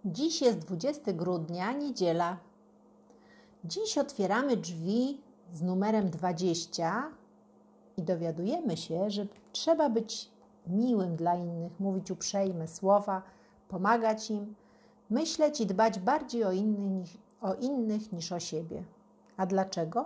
Dziś jest 20 grudnia, niedziela. Dziś otwieramy drzwi z numerem 20 i dowiadujemy się, że trzeba być miłym dla innych, mówić uprzejme słowa, pomagać im, myśleć i dbać bardziej o innych niż o siebie. A dlaczego?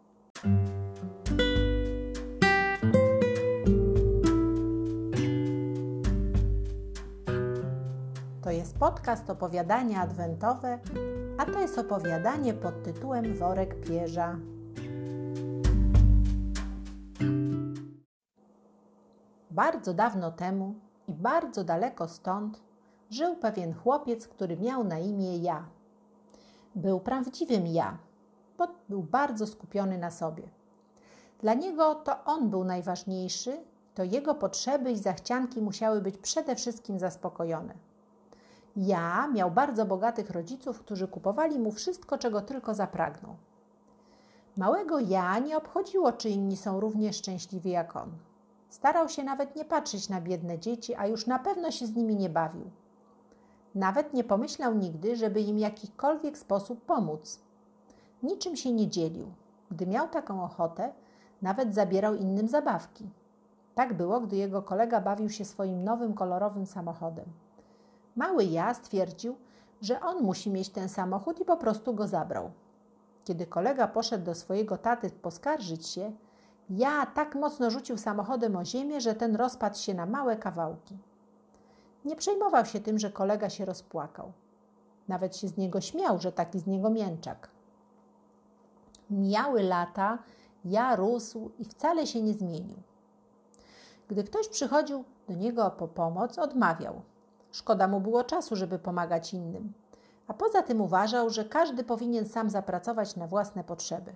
To jest podcast opowiadania adwentowe, a to jest opowiadanie pod tytułem Worek pierza. Bardzo dawno temu i bardzo daleko stąd żył pewien chłopiec, który miał na imię Ja. Był prawdziwym ja, bo był bardzo skupiony na sobie. Dla niego to on był najważniejszy, to jego potrzeby i zachcianki musiały być przede wszystkim zaspokojone. Ja miał bardzo bogatych rodziców, którzy kupowali mu wszystko, czego tylko zapragnął. Małego Ja nie obchodziło, czy inni są równie szczęśliwi jak on. Starał się nawet nie patrzeć na biedne dzieci, a już na pewno się z nimi nie bawił. Nawet nie pomyślał nigdy, żeby im w jakikolwiek sposób pomóc. Niczym się nie dzielił. Gdy miał taką ochotę, nawet zabierał innym zabawki. Tak było, gdy jego kolega bawił się swoim nowym kolorowym samochodem. Mały Ja stwierdził, że on musi mieć ten samochód i po prostu go zabrał. Kiedy kolega poszedł do swojego taty poskarżyć się, Ja tak mocno rzucił samochodem o ziemię, że ten rozpadł się na małe kawałki. Nie przejmował się tym, że kolega się rozpłakał. Nawet się z niego śmiał, że taki z niego mięczak. Mijały lata, Ja rósł i wcale się nie zmienił. Gdy ktoś przychodził do niego po pomoc, odmawiał. Szkoda mu było czasu, żeby pomagać innym. A poza tym uważał, że każdy powinien sam zapracować na własne potrzeby.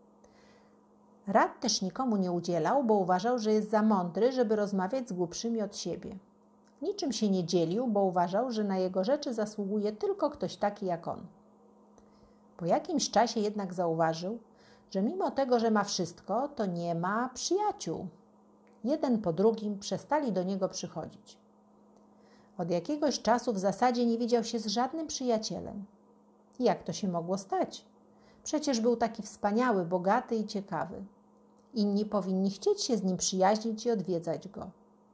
Rad też nikomu nie udzielał, bo uważał, że jest za mądry, żeby rozmawiać z głupszymi od siebie. Niczym się nie dzielił, bo uważał, że na jego rzeczy zasługuje tylko ktoś taki jak on. Po jakimś czasie jednak zauważył, że mimo tego, że ma wszystko, to nie ma przyjaciół. Jeden po drugim przestali do niego przychodzić. Od jakiegoś czasu w zasadzie nie widział się z żadnym przyjacielem. Jak to się mogło stać? Przecież był taki wspaniały, bogaty i ciekawy. Inni powinni chcieć się z nim przyjaźnić i odwiedzać go.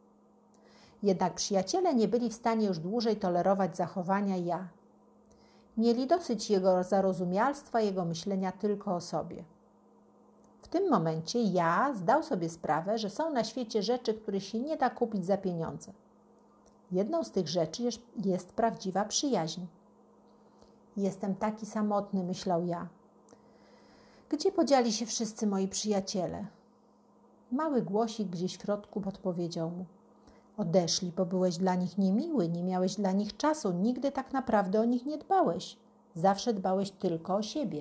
Jednak przyjaciele nie byli w stanie już dłużej tolerować zachowania Ja. Mieli dosyć jego zarozumialstwa, jego myślenia tylko o sobie. W tym momencie Ja zdał sobie sprawę, że są na świecie rzeczy, których się nie da kupić za pieniądze. Jedną z tych rzeczy jest prawdziwa przyjaźń. Jestem taki samotny, myślał Ja. Gdzie podzieli się wszyscy moi przyjaciele? Mały głosik gdzieś w środku podpowiedział mu. Odeszli, bo byłeś dla nich niemiły, nie miałeś dla nich czasu, nigdy tak naprawdę o nich nie dbałeś. Zawsze dbałeś tylko o siebie.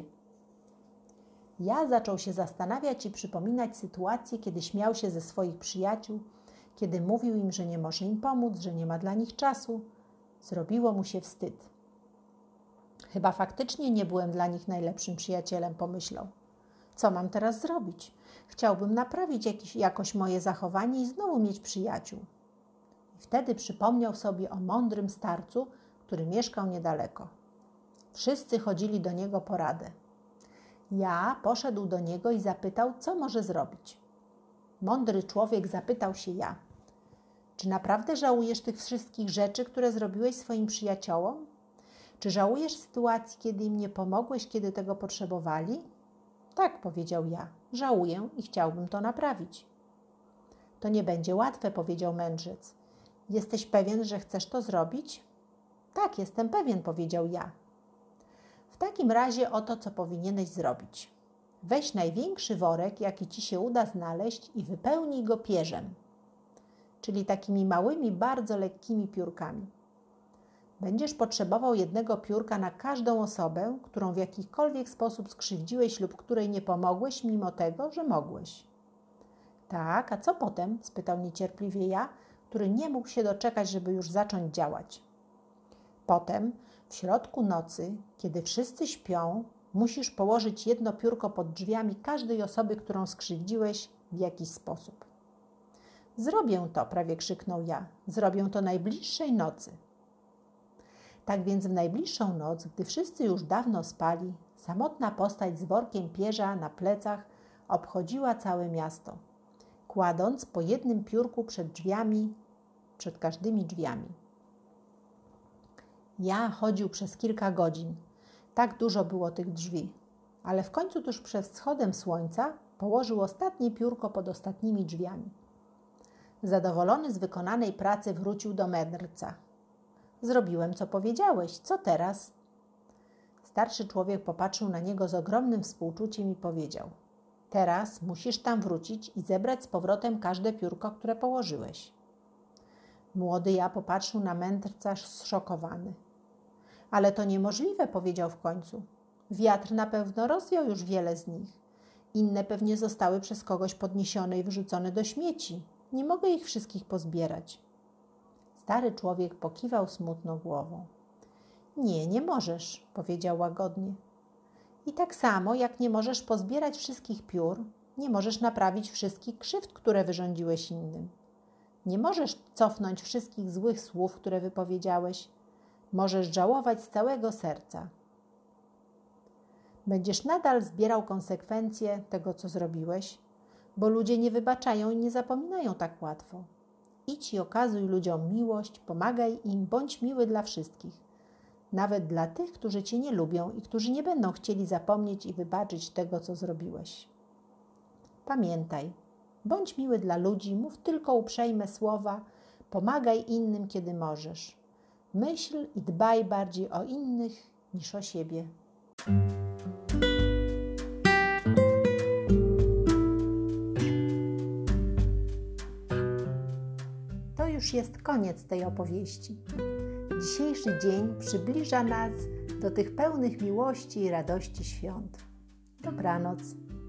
Ja zaczął się zastanawiać i przypominać sytuacje, kiedy śmiał się ze swoich przyjaciół, kiedy mówił im, że nie może im pomóc, że nie ma dla nich czasu. Zrobiło mu się wstyd. Chyba faktycznie nie byłem dla nich najlepszym przyjacielem, pomyślał. Co mam teraz zrobić? Chciałbym naprawić jakoś moje zachowanie i znowu mieć przyjaciół. I wtedy przypomniał sobie o mądrym starcu, który mieszkał niedaleko. Wszyscy chodzili do niego po radę. Ja poszedł do niego i zapytał, co może zrobić. Mądry człowiek zapytał się Ja. Czy naprawdę żałujesz tych wszystkich rzeczy, które zrobiłeś swoim przyjaciołom? Czy żałujesz sytuacji, kiedy im nie pomogłeś, kiedy tego potrzebowali? Tak, powiedział Ja. Żałuję i chciałbym to naprawić. To nie będzie łatwe, powiedział mędrzec. Jesteś pewien, że chcesz to zrobić? Tak, jestem pewien, powiedział Ja. W takim razie oto, co powinieneś zrobić. Weź największy worek, jaki ci się uda znaleźć i wypełnij go pierzem, czyli takimi małymi, bardzo lekkimi piórkami. Będziesz potrzebował jednego piórka na każdą osobę, którą w jakikolwiek sposób skrzywdziłeś lub której nie pomogłeś, mimo tego, że mogłeś. Tak, a co potem? Spytał niecierpliwie Ja, który nie mógł się doczekać, żeby już zacząć działać. Potem, w środku nocy, kiedy wszyscy śpią, musisz położyć jedno piórko pod drzwiami każdej osoby, którą skrzywdziłeś w jakiś sposób. Zrobię to, prawie krzyknął Ja. Zrobię to najbliższej nocy. Tak więc w najbliższą noc, gdy wszyscy już dawno spali, samotna postać z workiem pierza na plecach obchodziła całe miasto, kładąc po jednym piórku przed każdymi drzwiami. Ja chodził przez kilka godzin. Tak dużo było tych drzwi. Ale w końcu tuż przed wschodem słońca położył ostatnie piórko pod ostatnimi drzwiami. Zadowolony z wykonanej pracy wrócił do mędrca. Zrobiłem, co powiedziałeś. Co teraz? Starszy człowiek popatrzył na niego z ogromnym współczuciem i powiedział: teraz musisz tam wrócić i zebrać z powrotem każde piórko, które położyłeś. Młody ja popatrzył na mędrca zszokowany. Ale to niemożliwe, powiedział w końcu. Wiatr na pewno rozwiał już wiele z nich. Inne pewnie zostały przez kogoś podniesione i wyrzucone do śmieci. Nie mogę ich wszystkich pozbierać. Stary człowiek pokiwał smutno głową. Nie możesz, powiedział łagodnie. I tak samo, jak nie możesz pozbierać wszystkich piór, nie możesz naprawić wszystkich krzywd, które wyrządziłeś innym. Nie możesz cofnąć wszystkich złych słów, które wypowiedziałeś. Możesz żałować z całego serca. Będziesz nadal zbierał konsekwencje tego, co zrobiłeś, bo ludzie nie wybaczają i nie zapominają tak łatwo. Idź i okazuj ludziom miłość, pomagaj im, bądź miły dla wszystkich. Nawet dla tych, którzy cię nie lubią i którzy nie będą chcieli zapomnieć i wybaczyć tego, co zrobiłeś. Pamiętaj, bądź miły dla ludzi, mów tylko uprzejme słowa, pomagaj innym, kiedy możesz. Myśl i dbaj bardziej o innych niż o siebie. To już jest koniec tej opowieści. Dzisiejszy dzień przybliża nas do tych pełnych miłości i radości świąt. Dobranoc.